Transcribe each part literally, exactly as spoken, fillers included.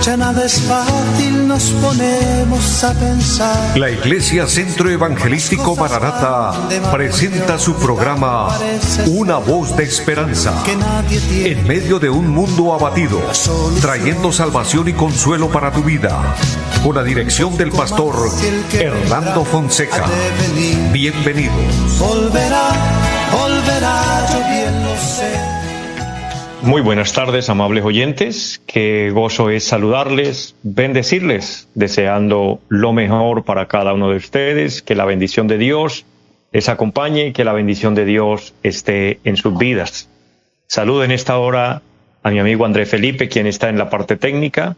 Ya nada es fácil, nos ponemos a pensar. La Iglesia Centro Evangelístico Maranata presenta su programa Una Voz de Esperanza, en medio de un mundo abatido, trayendo salvación y consuelo para tu vida, con la dirección del pastor Hernando Fonseca. Bienvenidos. Volverá, volverá, yo bien lo sé. Muy buenas tardes, amables oyentes. Qué gozo es saludarles, bendecirles, deseando lo mejor para cada uno de ustedes. Que la bendición de Dios les acompañe y que la bendición de Dios esté en sus vidas. Saludo en esta hora a mi amigo André Felipe, quien está en la parte técnica,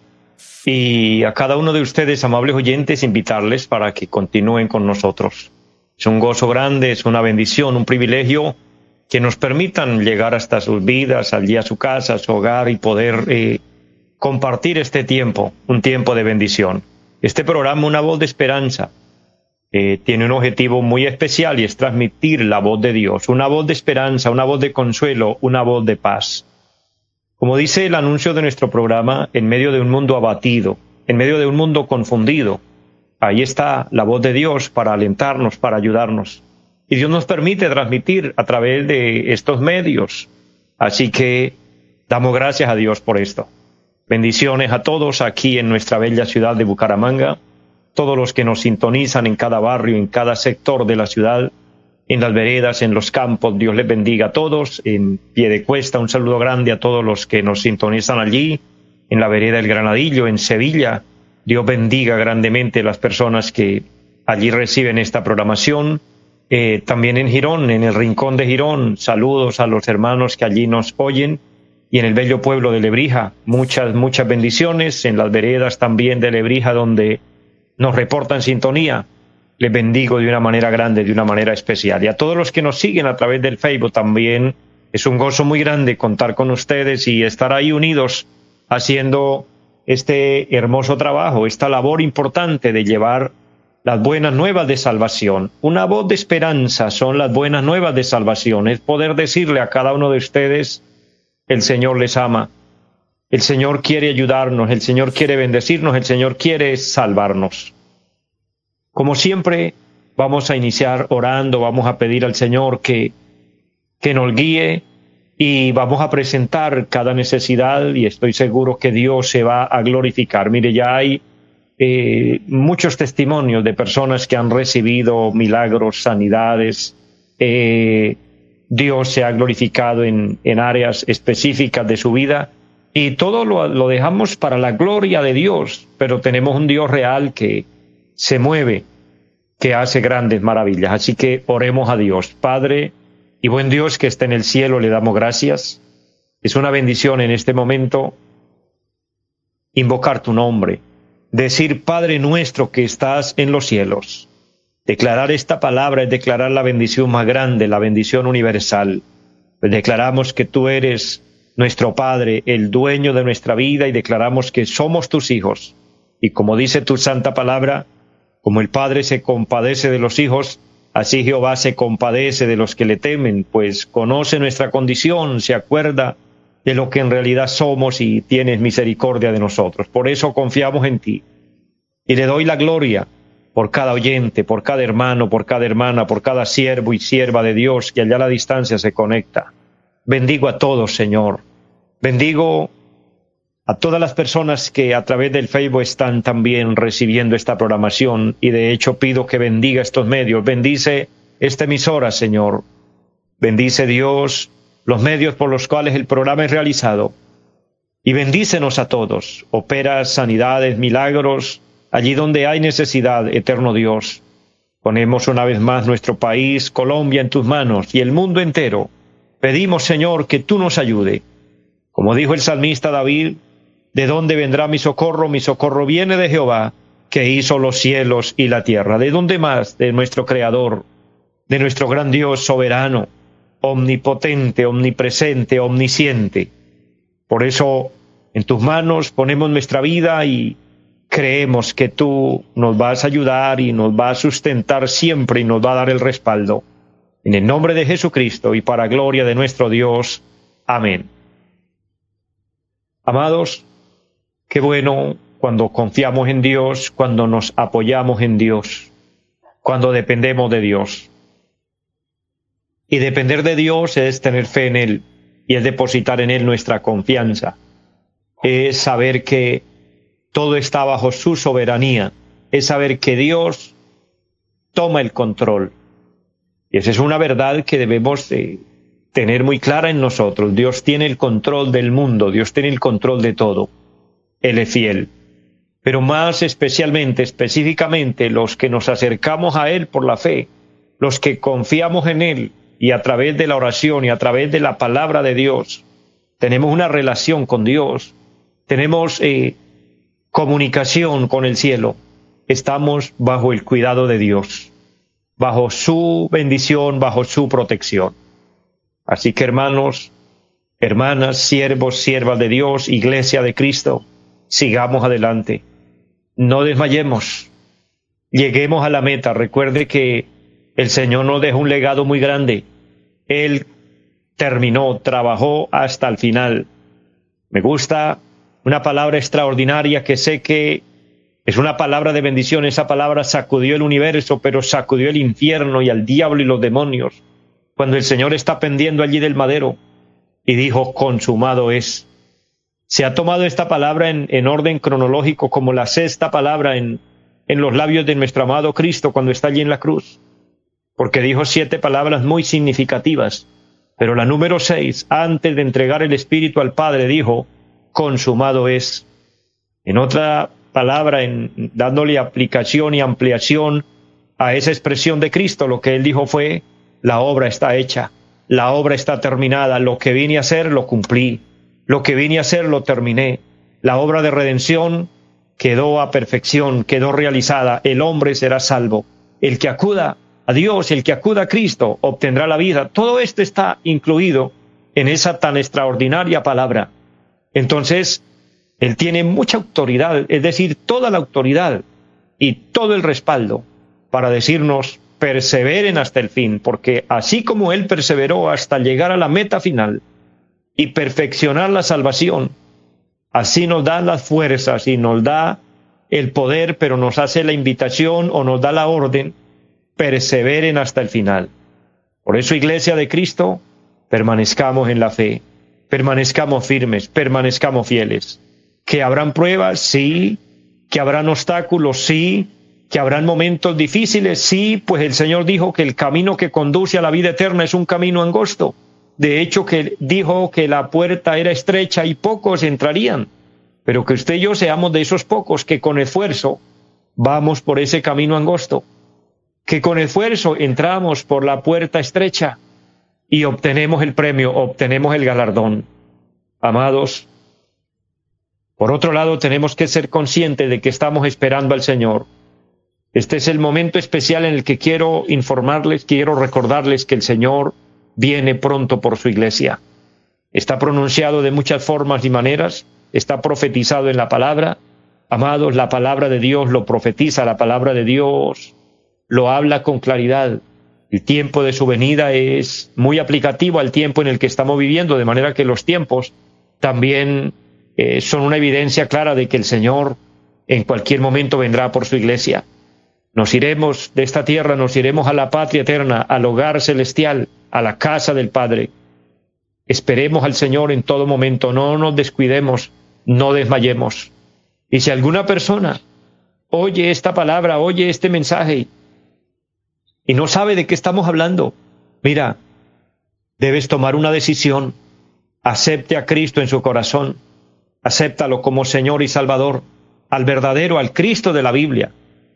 y a cada uno de ustedes, amables oyentes, invitarles para que continúen con nosotros. Es un gozo grande, es una bendición, un privilegio que nos permitan llegar hasta sus vidas, allí a su casa, a su hogar, y poder eh, compartir este tiempo, un tiempo de bendición. Este programa, Una Voz de Esperanza, eh, tiene un objetivo muy especial, y es transmitir la voz de Dios, una voz de esperanza, una voz de consuelo, una voz de paz. Como dice el anuncio de nuestro programa, en medio de un mundo abatido, en medio de un mundo confundido, ahí está la voz de Dios para alentarnos, para ayudarnos. Y Dios nos permite transmitir a través de estos medios. Así que damos gracias a Dios por esto. Bendiciones a todos aquí en nuestra bella ciudad de Bucaramanga, todos los que nos sintonizan en cada barrio, en cada sector de la ciudad, en las veredas, en los campos. Dios les bendiga a todos. En Piedecuesta, un saludo grande a todos los que nos sintonizan allí, en la vereda El Granadillo, en Sevilla. Dios bendiga grandemente a las personas que allí reciben esta programación. Eh, también en Girón, en el rincón de Girón, saludos a los hermanos que allí nos oyen, y en el bello pueblo de Lebrija, muchas, muchas bendiciones, en las veredas también de Lebrija, donde nos reportan sintonía. Les bendigo de una manera grande, de una manera especial. Y a todos los que nos siguen a través del Facebook también, es un gozo muy grande contar con ustedes y estar ahí unidos haciendo este hermoso trabajo, esta labor importante de llevar las buenas nuevas de salvación. Una voz de esperanza son las buenas nuevas de salvación. Es poder decirle a cada uno de ustedes: el Señor les ama, el Señor quiere ayudarnos, el Señor quiere bendecirnos, el Señor quiere salvarnos. Como siempre, vamos a iniciar orando, vamos a pedir al Señor que, que nos guíe, y vamos a presentar cada necesidad, y estoy seguro que Dios se va a glorificar. Mire, ya hay Eh, muchos testimonios de personas que han recibido milagros, sanidades. Eh, Dios se ha glorificado en, en áreas específicas de su vida, y todo lo, lo dejamos para la gloria de Dios, pero tenemos un Dios real que se mueve, que hace grandes maravillas. Así que oremos a Dios. Padre y buen Dios que está en el cielo, le damos gracias. Es una bendición en este momento invocar tu nombre, decir: Padre nuestro que estás en los cielos. Declarar esta palabra es declarar la bendición más grande, la bendición universal. Declaramos que tú eres nuestro Padre, el dueño de nuestra vida, y declaramos que somos tus hijos. Y como dice tu santa palabra, como el Padre se compadece de los hijos, así Jehová se compadece de los que le temen, pues conoce nuestra condición, se acuerda de lo que en realidad somos, y tienes misericordia de nosotros. Por eso confiamos en ti. Y le doy la gloria por cada oyente, por cada hermano, por cada hermana, por cada siervo y sierva de Dios que allá a la distancia se conecta. Bendigo a todos, Señor. Bendigo a todas las personas que a través del Facebook están también recibiendo esta programación, y de hecho pido que bendiga estos medios. Bendice esta emisora, Señor. Bendice, Dios, los medios por los cuales el programa es realizado, y bendícenos a todos. Opera sanidades, milagros, allí donde hay necesidad, eterno Dios. Ponemos una vez más nuestro país, Colombia, en tus manos, y el mundo entero. Pedimos, Señor, que tú nos ayude. Como dijo el salmista David: ¿de dónde vendrá mi socorro? Mi socorro viene de Jehová, que hizo los cielos y la tierra. ¿De dónde más? De nuestro Creador, de nuestro gran Dios soberano, omnipotente, omnipresente, omnisciente. Por eso en tus manos ponemos nuestra vida, y creemos que tú nos vas a ayudar y nos vas a sustentar siempre, y nos va a dar el respaldo. En el nombre de Jesucristo y para gloria de nuestro Dios. Amén. Amados, Qué bueno cuando confiamos en Dios, cuando nos apoyamos en Dios, cuando dependemos de Dios. Y depender de Dios es tener fe en Él y es depositar en Él nuestra confianza. Es saber que todo está bajo su soberanía. Es saber que Dios toma el control. Y esa es una verdad que debemos de tener muy clara en nosotros. Dios tiene el control del mundo, Dios tiene el control de todo. Él es fiel. Pero más especialmente, específicamente, los que nos acercamos a Él por la fe, los que confiamos en Él y a través de la oración y a través de la palabra de Dios, tenemos una relación con Dios, tenemos eh, comunicación con el cielo, estamos bajo el cuidado de Dios, bajo su bendición, bajo su protección. Así que hermanos, hermanas, siervos, siervas de Dios, iglesia de Cristo, sigamos adelante, no desmayemos, lleguemos a la meta. Recuerde que el Señor nos dejó un legado muy grande. Él terminó, trabajó hasta el final. Me gusta una palabra extraordinaria que sé que es una palabra de bendición. Esa palabra sacudió el universo, pero sacudió el infierno y al diablo y los demonios. Cuando el Señor está pendiendo allí del madero y dijo, consumado es. Se ha tomado esta palabra en, en orden cronológico como la sexta palabra en, en los labios de nuestro amado Cristo cuando está allí en la cruz. Porque dijo siete palabras muy significativas, pero la número seis, antes de entregar el Espíritu al Padre, dijo, consumado es. En otra palabra, en, dándole aplicación y ampliación a esa expresión de Cristo, lo que Él dijo fue, la obra está hecha, la obra está terminada, lo que vine a hacer lo cumplí, lo que vine a hacer lo terminé, la obra de redención quedó a perfección, quedó realizada, el hombre será salvo, el que acuda a Dios, el que acuda a Cristo, obtendrá la vida. Todo esto está incluido en esa tan extraordinaria palabra. Entonces, Él tiene mucha autoridad, es decir, toda la autoridad y todo el respaldo para decirnos, perseveren hasta el fin, porque así como Él perseveró hasta llegar a la meta final y perfeccionar la salvación, así nos da las fuerzas y nos da el poder, pero nos hace la invitación o nos da la orden, perseveren hasta el final. Por eso, iglesia de Cristo, permanezcamos en la fe, permanezcamos firmes, permanezcamos fieles. ¿Que habrán pruebas? Sí. ¿Que habrán obstáculos? Sí. ¿Que habrán momentos difíciles? Sí, pues el Señor dijo que el camino que conduce a la vida eterna es un camino angosto. De hecho, que dijo que la puerta era estrecha y pocos entrarían. Pero que usted y yo seamos de esos pocos que con esfuerzo vamos por ese camino angosto. Que con esfuerzo entramos por la puerta estrecha y obtenemos el premio, obtenemos el galardón. Amados, por otro lado tenemos que ser conscientes de que estamos esperando al Señor. Este es el momento especial en el que quiero informarles, quiero recordarles que el Señor viene pronto por su iglesia. Está pronunciado de muchas formas y maneras, está profetizado en la palabra. Amados, la palabra de Dios lo profetiza, la palabra de Dios lo habla con claridad. El tiempo de su venida es muy aplicativo al tiempo en el que estamos viviendo, de manera que los tiempos también eh, son una evidencia clara de que el Señor en cualquier momento vendrá por su iglesia. Nos iremos de esta tierra, nos iremos a la patria eterna, al hogar celestial, a la casa del Padre. Esperemos al Señor en todo momento, no nos descuidemos, no desmayemos. Y si alguna persona oye esta palabra, oye este mensaje y no sabe de qué estamos hablando, mira, debes tomar una decisión. Acepte a Cristo en su corazón, acéptalo como Señor y Salvador, al verdadero, al Cristo de la Biblia.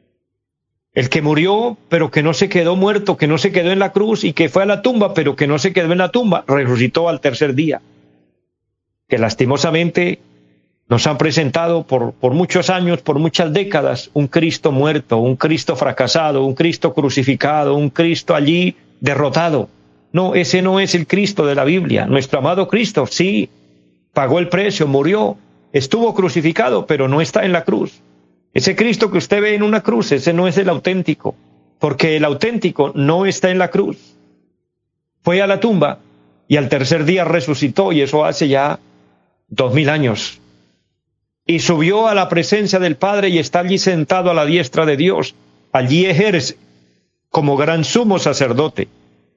El que murió, pero que no se quedó muerto, que no se quedó en la cruz y que fue a la tumba, pero que no se quedó en la tumba, resucitó al tercer día. Que lastimosamente nos han presentado por, por muchos años, por muchas décadas, un Cristo muerto, un Cristo fracasado, un Cristo crucificado, un Cristo allí derrotado. No, ese no es el Cristo de la Biblia. Nuestro amado Cristo, sí, pagó el precio, murió, estuvo crucificado, pero no está en la cruz. Ese Cristo que usted ve en una cruz, ese no es el auténtico, porque el auténtico no está en la cruz. Fue a la tumba y al tercer día resucitó, y eso hace ya dos mil años. y subió a la presencia del Padre y está allí sentado a la diestra de Dios. Allí ejerce como gran sumo sacerdote.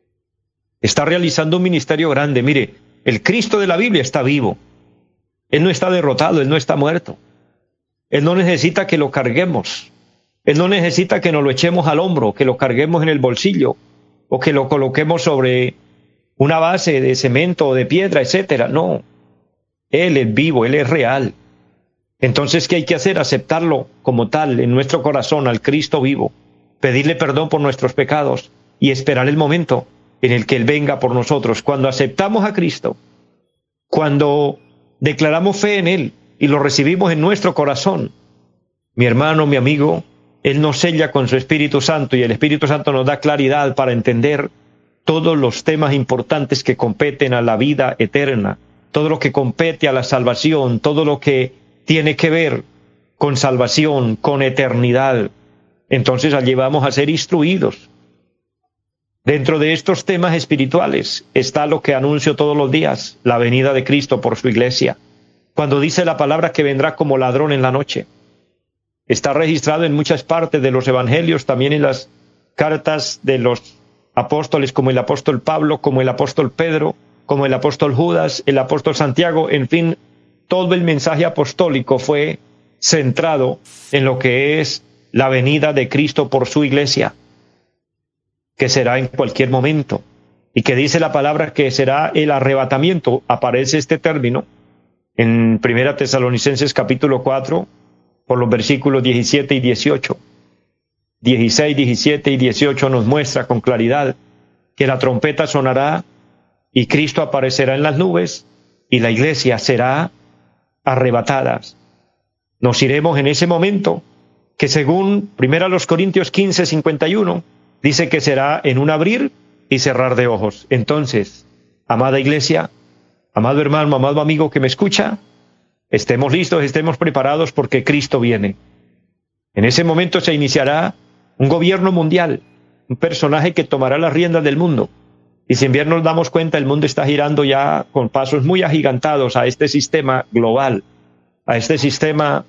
Está realizando un ministerio grande. Mire, el Cristo de la Biblia está vivo. Él no está derrotado, Él no está muerto. Él no necesita que lo carguemos. Él no necesita que nos lo echemos al hombro, que lo carguemos en el bolsillo o que lo coloquemos sobre una base de cemento o de piedra, etcétera. No, Él es vivo, Él es real. Entonces, ¿qué hay que hacer? Aceptarlo como tal en nuestro corazón, al Cristo vivo, pedirle perdón por nuestros pecados y esperar el momento en el que Él venga por nosotros. Cuando aceptamos a Cristo, cuando declaramos fe en Él y lo recibimos en nuestro corazón, mi hermano, mi amigo, Él nos sella con su Espíritu Santo y el Espíritu Santo nos da claridad para entender todos los temas importantes que competen a la vida eterna, todo lo que compete a la salvación, todo lo que tiene que ver con salvación, con eternidad. Entonces allí vamos a ser instruidos. Dentro de estos temas espirituales está lo que anuncio todos los días, la venida de Cristo por su iglesia. Cuando dice la palabra que vendrá como ladrón en la noche. Está registrado en muchas partes de los evangelios, también en las cartas de los apóstoles, como el apóstol Pablo, como el apóstol Pedro, como el apóstol Judas, el apóstol Santiago, en fin, todo el mensaje apostólico fue centrado en lo que es la venida de Cristo por su iglesia, que será en cualquier momento, y que dice la palabra que será el arrebatamiento. Aparece este término en Primera Tesalonicenses capítulo cuatro, por los versículos diecisiete y dieciocho. dieciséis, diecisiete y dieciocho nos muestra con claridad que la trompeta sonará y Cristo aparecerá en las nubes y la iglesia será arrebatada. Nos iremos en ese momento que según Primera los Corintios quince, cincuenta y uno, dice que será en un abrir y cerrar de ojos. Entonces, amada iglesia, amado hermano, amado amigo que me escucha, estemos listos, estemos preparados porque Cristo viene. En ese momento se iniciará un gobierno mundial, un personaje que tomará las riendas del mundo. Y si bien nos damos cuenta, el mundo está girando ya con pasos muy agigantados a este sistema global, a este sistema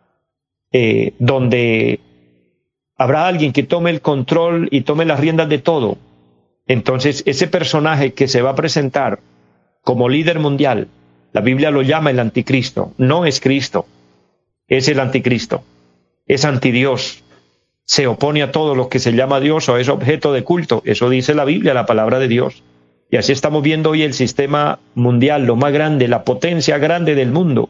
eh, donde habrá alguien que tome el control y tome las riendas de todo. Entonces, ese personaje que se va a presentar como líder mundial, la Biblia lo llama el anticristo. No es Cristo, es el anticristo. Es antidios. Se opone a todo lo que se llama Dios o es objeto de culto. Eso dice la Biblia, la palabra de Dios. Y así estamos viendo hoy el sistema mundial, lo más grande, la potencia grande del mundo.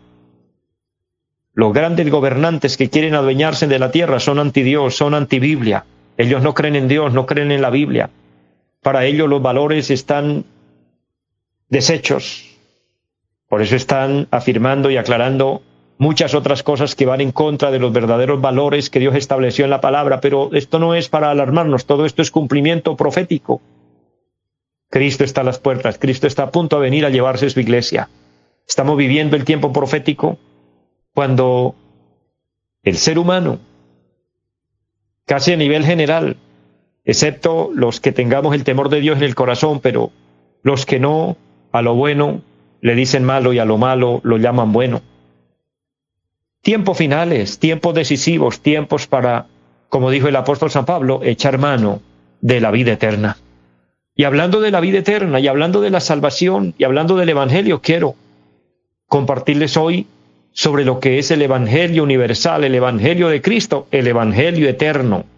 Los grandes gobernantes que quieren adueñarse de la tierra son antidios, son antibiblia. Ellos no creen en Dios, no creen en la Biblia. Para ellos los valores están deshechos. Por eso están afirmando y aclarando muchas otras cosas que van en contra de los verdaderos valores que Dios estableció en la palabra. Pero esto no es para alarmarnos, todo esto es cumplimiento profético. Cristo está a las puertas, Cristo está a punto de venir a llevarse su iglesia. Estamos viviendo el tiempo profético cuando el ser humano, casi a nivel general, excepto los que tengamos el temor de Dios en el corazón, pero los que no, a lo bueno le dicen malo y a lo malo lo llaman bueno. Tiempos finales, tiempos decisivos, tiempos para, como dijo el apóstol San Pablo, echar mano de la vida eterna. Y hablando de la vida eterna, y hablando de la salvación, y hablando del Evangelio, quiero compartirles hoy sobre lo que es el Evangelio universal, el Evangelio de Cristo, el Evangelio eterno.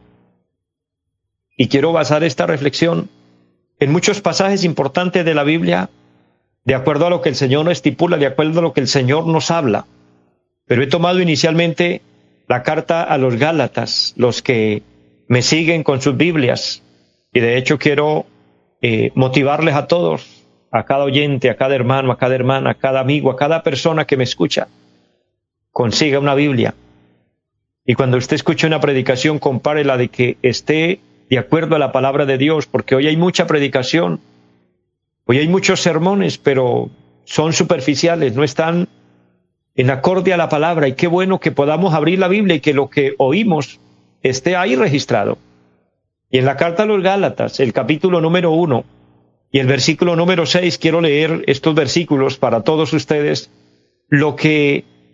Y quiero basar esta reflexión en muchos pasajes importantes de la Biblia, de acuerdo a lo que el Señor nos estipula, de acuerdo a lo que el Señor nos habla. Pero he tomado inicialmente la carta a los Gálatas, los que me siguen con sus Biblias, y de hecho quiero eh, motivarles a todos, a cada oyente, a cada hermano, a cada hermana, a cada amigo, a cada persona que me escucha, consiga una Biblia. Y cuando usted escuche una predicación, compárela de que esté de acuerdo a la palabra de Dios, porque hoy hay mucha predicación, hoy hay muchos sermones, pero son superficiales, no están en acorde a la palabra. Y qué bueno que podamos abrir la Biblia y que lo que oímos esté ahí registrado. Y en la carta a los Gálatas, el capítulo número uno y el versículo número seis, quiero leer estos versículos para todos ustedes, lo que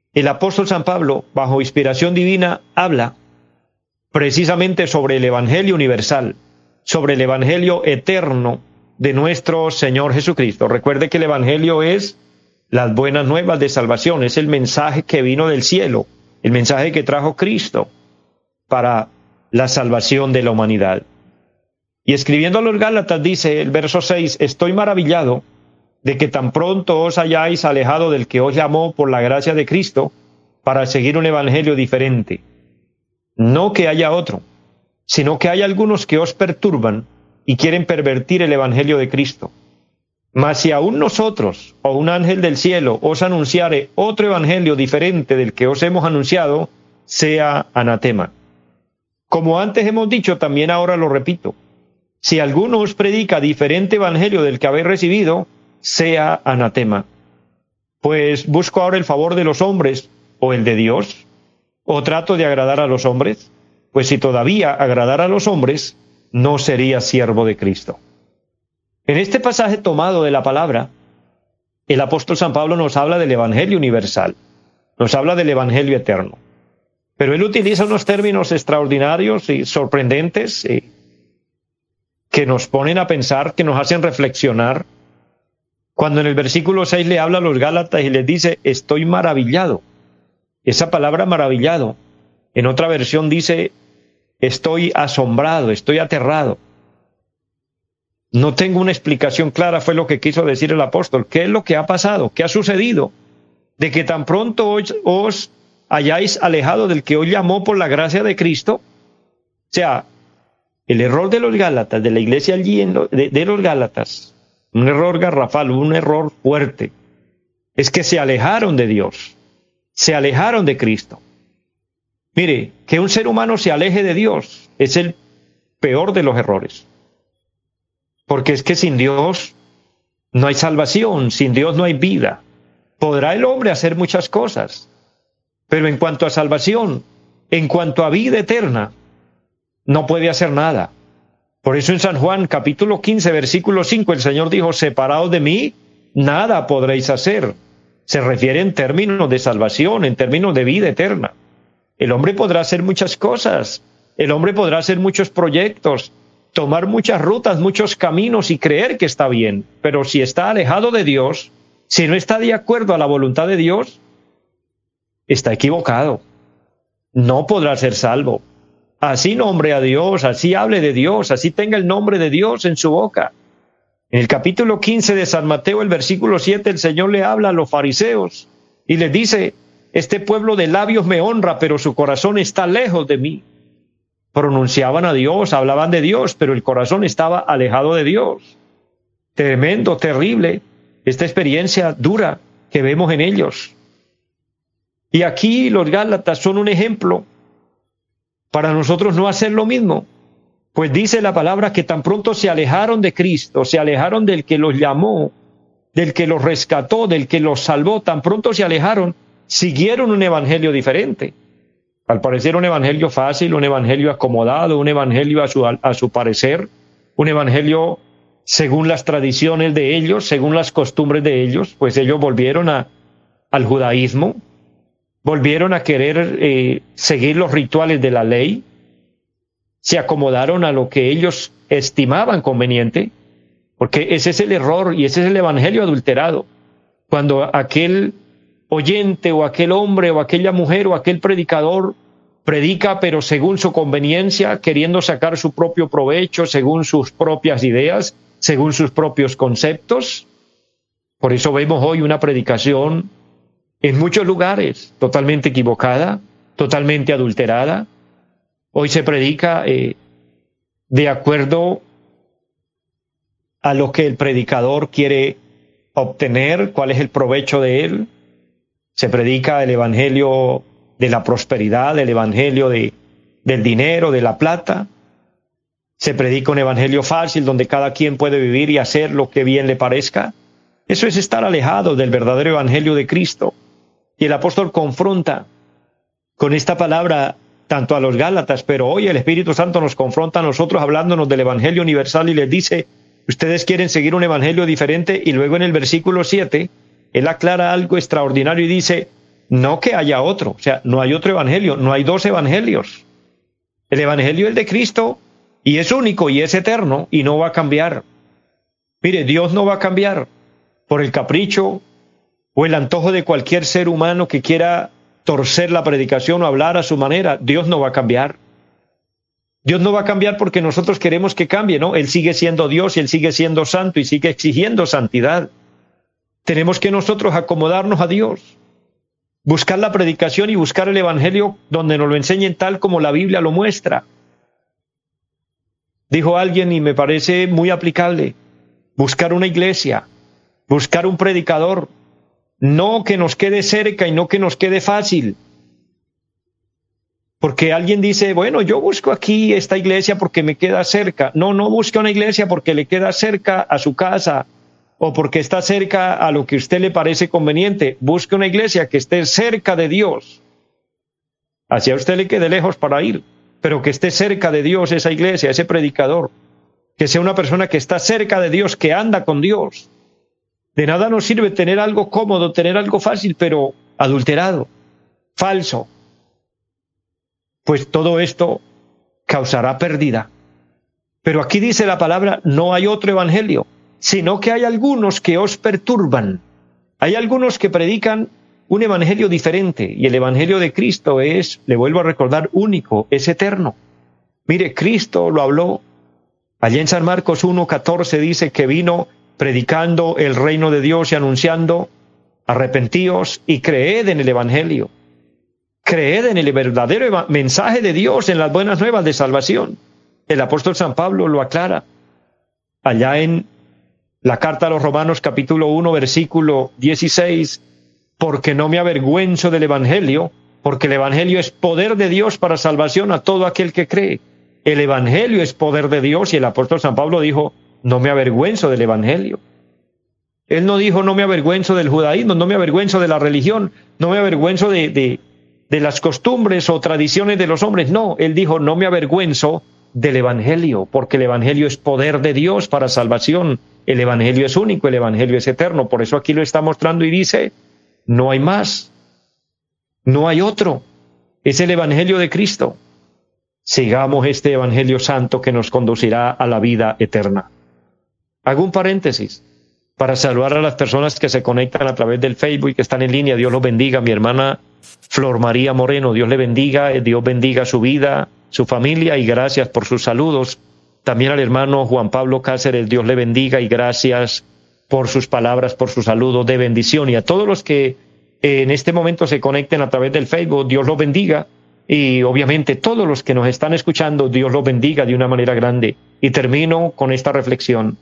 el apóstol San Pablo, bajo inspiración divina, habla precisamente sobre el Evangelio universal, sobre el Evangelio eterno de nuestro Señor Jesucristo. Recuerde que el Evangelio es las buenas nuevas de salvación, es el mensaje que vino del cielo, el mensaje que trajo Cristo para la salvación de la humanidad. Y escribiendo a los Gálatas dice el verso seis, estoy maravillado de que tan pronto os hayáis alejado del que os llamó por la gracia de Cristo para seguir un evangelio diferente. No que haya otro, sino que hay algunos que os perturban y quieren pervertir el evangelio de Cristo. Mas si aún nosotros o un ángel del cielo os anunciare otro evangelio diferente del que os hemos anunciado, sea anatema. Como antes hemos dicho, también ahora lo repito. Si alguno os predica diferente evangelio del que habéis recibido, sea anatema. Pues busco ahora el favor de los hombres o el de Dios, o trato de agradar a los hombres, pues si todavía agradara a los hombres, no sería siervo de Cristo. En este pasaje tomado de la palabra, el apóstol San Pablo nos habla del evangelio universal, nos habla del evangelio eterno, pero él utiliza unos términos extraordinarios y sorprendentes y que nos ponen a pensar, que nos hacen reflexionar. Cuando en el versículo seis le habla a los Gálatas y les dice, estoy maravillado. Esa palabra maravillado, en otra versión dice, estoy asombrado, estoy aterrado. No tengo una explicación clara, fue lo que quiso decir el apóstol. ¿Qué es lo que ha pasado? ¿Qué ha sucedido? De que tan pronto os, os hayáis alejado del que os llamó por la gracia de Cristo. O sea, el error de los Gálatas, de la iglesia allí en lo, de, de los Gálatas, un error garrafal, un error fuerte, es que se alejaron de Dios, se alejaron de Cristo. Mire, que un ser humano se aleje de Dios es el peor de los errores, porque es que sin Dios no hay salvación, sin Dios no hay vida. Podrá el hombre hacer muchas cosas, pero en cuanto a salvación, en cuanto a vida eterna, no puede hacer nada. Por eso en San Juan capítulo quince versículo cinco el Señor dijo, separados de mí, nada podréis hacer. Se refiere en términos de salvación, en términos de vida eterna. El hombre podrá hacer muchas cosas, el hombre podrá hacer muchos proyectos, tomar muchas rutas, muchos caminos y creer que está bien, pero si está alejado de Dios, si no está de acuerdo a la voluntad de Dios, está equivocado. No podrá ser salvo. Así nombre a Dios, así hable de Dios, así tenga el nombre de Dios en su boca. En el capítulo quince de San Mateo, el versículo siete, el Señor le habla a los fariseos y les dice, este pueblo de labios me honra, pero su corazón está lejos de mí. Pronunciaban a Dios, hablaban de Dios, pero el corazón estaba alejado de Dios. Tremendo, terrible, esta experiencia dura que vemos en ellos. Y aquí los Gálatas son un ejemplo para nosotros no hacer lo mismo, pues dice la palabra que tan pronto se alejaron de Cristo, se alejaron del que los llamó, del que los rescató, del que los salvó, tan pronto se alejaron, siguieron un evangelio diferente. Al parecer un evangelio fácil, un evangelio acomodado, un evangelio a su, a su parecer, un evangelio según las tradiciones de ellos, según las costumbres de ellos, pues ellos volvieron a, al judaísmo, volvieron a querer eh, seguir los rituales de la ley, se acomodaron a lo que ellos estimaban conveniente, porque ese es el error y ese es el evangelio adulterado. Cuando aquel oyente o aquel hombre o aquella mujer o aquel predicador predica pero según su conveniencia, queriendo sacar su propio provecho, según sus propias ideas, según sus propios conceptos. Por eso vemos hoy una predicación en muchos lugares totalmente equivocada, totalmente adulterada. Hoy se predica eh, de acuerdo a lo que el predicador quiere obtener, cuál es el provecho de él. Se predica el evangelio de la prosperidad, el evangelio de, del dinero, de la plata. Se predica un evangelio fácil donde cada quien puede vivir y hacer lo que bien le parezca. Eso es estar alejado del verdadero evangelio de Cristo. Y el apóstol confronta con esta palabra tanto a los Gálatas, pero hoy el Espíritu Santo nos confronta a nosotros hablándonos del evangelio universal y les dice, ustedes quieren seguir un evangelio diferente, y luego en el versículo siete, él aclara algo extraordinario y dice, no que haya otro. O sea, no hay otro evangelio, no hay dos evangelios. El evangelio es el de Cristo y es único y es eterno y no va a cambiar. Mire, Dios no va a cambiar por el capricho o el antojo de cualquier ser humano que quiera torcer la predicación o hablar a su manera. Dios no va a cambiar. Dios no va a cambiar porque nosotros queremos que cambie, ¿no? Él sigue siendo Dios y Él sigue siendo santo y sigue exigiendo santidad. Tenemos que nosotros acomodarnos a Dios, buscar la predicación y buscar el evangelio donde nos lo enseñen tal como la Biblia lo muestra. Dijo alguien y me parece muy aplicable, buscar una iglesia, buscar un predicador, no que nos quede cerca y no que nos quede fácil. Porque alguien dice, bueno, yo busco aquí esta iglesia porque me queda cerca. No, no busca una iglesia porque le queda cerca a su casa o porque está cerca a lo que a usted le parece conveniente. Busque una iglesia que esté cerca de Dios. Así a usted le quede lejos para ir, pero que esté cerca de Dios esa iglesia, ese predicador. Que sea una persona que está cerca de Dios, que anda con Dios. De nada nos sirve tener algo cómodo, tener algo fácil, pero adulterado, falso. Pues todo esto causará pérdida. Pero aquí dice la palabra, no hay otro evangelio, sino que hay algunos que os perturban. Hay algunos que predican un evangelio diferente, y el evangelio de Cristo es, le vuelvo a recordar, único, es eterno. Mire, Cristo lo habló. Allá en San Marcos uno catorce dice que vino predicando el reino de Dios y anunciando, arrepentíos y creed en el evangelio. Creed en el verdadero mensaje de Dios, en las buenas nuevas de salvación. El apóstol San Pablo lo aclara. Allá en la carta a los Romanos capítulo uno versículo dieciséis, porque no me avergüenzo del evangelio, porque el evangelio es poder de Dios para salvación a todo aquel que cree. El evangelio es poder de Dios y el apóstol San Pablo dijo, no me avergüenzo del evangelio. Él no dijo, no me avergüenzo del judaísmo, no me avergüenzo de la religión, no me avergüenzo de... de de las costumbres o tradiciones de los hombres. No, él dijo, no me avergüenzo del evangelio, porque el evangelio es poder de Dios para salvación. El evangelio es único, el evangelio es eterno. Por eso aquí lo está mostrando y dice, no hay más, no hay otro. Es el evangelio de Cristo. Sigamos este evangelio santo que nos conducirá a la vida eterna. Hago un paréntesis para saludar a las personas que se conectan a través del Facebook y que están en línea. Dios los bendiga. Mi hermana Flor María Moreno, Dios le bendiga, Dios bendiga su vida, su familia y gracias por sus saludos. También al hermano Juan Pablo Cáceres, Dios le bendiga y gracias por sus palabras, por sus saludos de bendición. Y a todos los que en este momento se conecten a través del Facebook, Dios los bendiga. Y obviamente todos los que nos están escuchando, Dios los bendiga de una manera grande. Y termino con esta reflexión.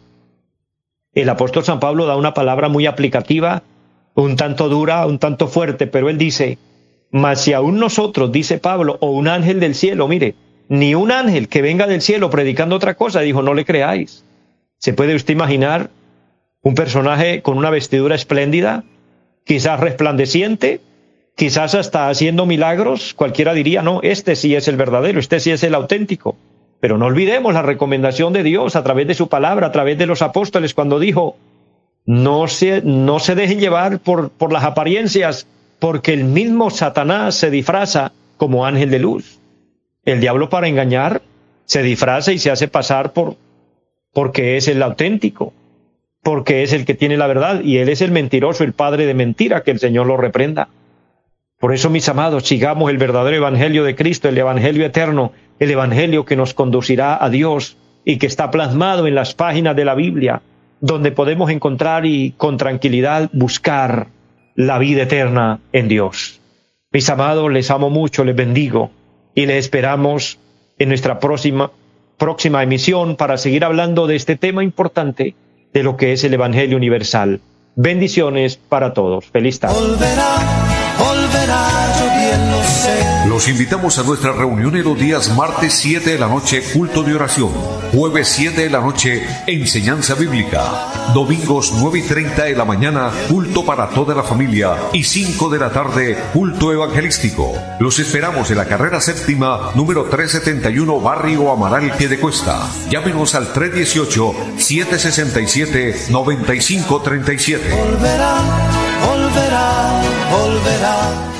El apóstol San Pablo da una palabra muy aplicativa, un tanto dura, un tanto fuerte, pero él dice, mas si aún nosotros, dice Pablo, o un ángel del cielo, mire, ni un ángel que venga del cielo predicando otra cosa, dijo, no le creáis. ¿Se puede usted imaginar un personaje con una vestidura espléndida, quizás resplandeciente, quizás hasta haciendo milagros? Cualquiera diría, no, este sí es el verdadero, este sí es el auténtico. Pero no olvidemos la recomendación de Dios a través de su palabra, a través de los apóstoles, cuando dijo, no se, no se dejen llevar por, por las apariencias, porque el mismo Satanás se disfraza como ángel de luz. El diablo, para engañar, se disfraza y se hace pasar por porque es el auténtico, porque es el que tiene la verdad, y él es el mentiroso, el padre de mentira, que el Señor lo reprenda. Por eso, mis amados, sigamos el verdadero evangelio de Cristo, el evangelio eterno, el evangelio que nos conducirá a Dios y que está plasmado en las páginas de la Biblia, donde podemos encontrar y con tranquilidad buscar la vida eterna en Dios. Mis amados, les amo mucho, les bendigo y les esperamos en nuestra próxima, próxima emisión para seguir hablando de este tema importante de lo que es el evangelio universal. Bendiciones para todos. Feliz tarde. Volverá, volverá, yo bien lo sé. Los invitamos a nuestra reunión en los días martes siete de la noche, culto de oración, jueves siete de la noche, enseñanza bíblica, domingos nueve y treinta de la mañana, culto para toda la familia y cinco de la tarde, culto evangelístico. Los esperamos en la carrera séptima, número trescientos setenta y uno, Barrio Amaral, Piedecuesta. Llámenos al tres dieciocho, siete sesenta y siete, noventa y cinco treinta y siete. Volverá, volverá, volverá.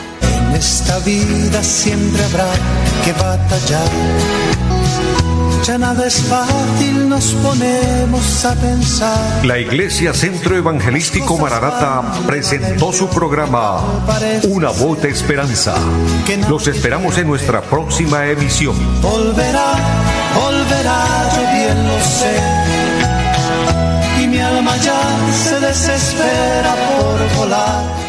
En esta vida siempre habrá que batallar. Ya nada es fácil, nos ponemos a pensar. La Iglesia Centro Evangelístico Maranata presentó su programa Una Voz de Esperanza. Los esperamos en nuestra próxima emisión. Volverá, volverá, yo bien lo sé. Y mi alma ya se desespera por volar.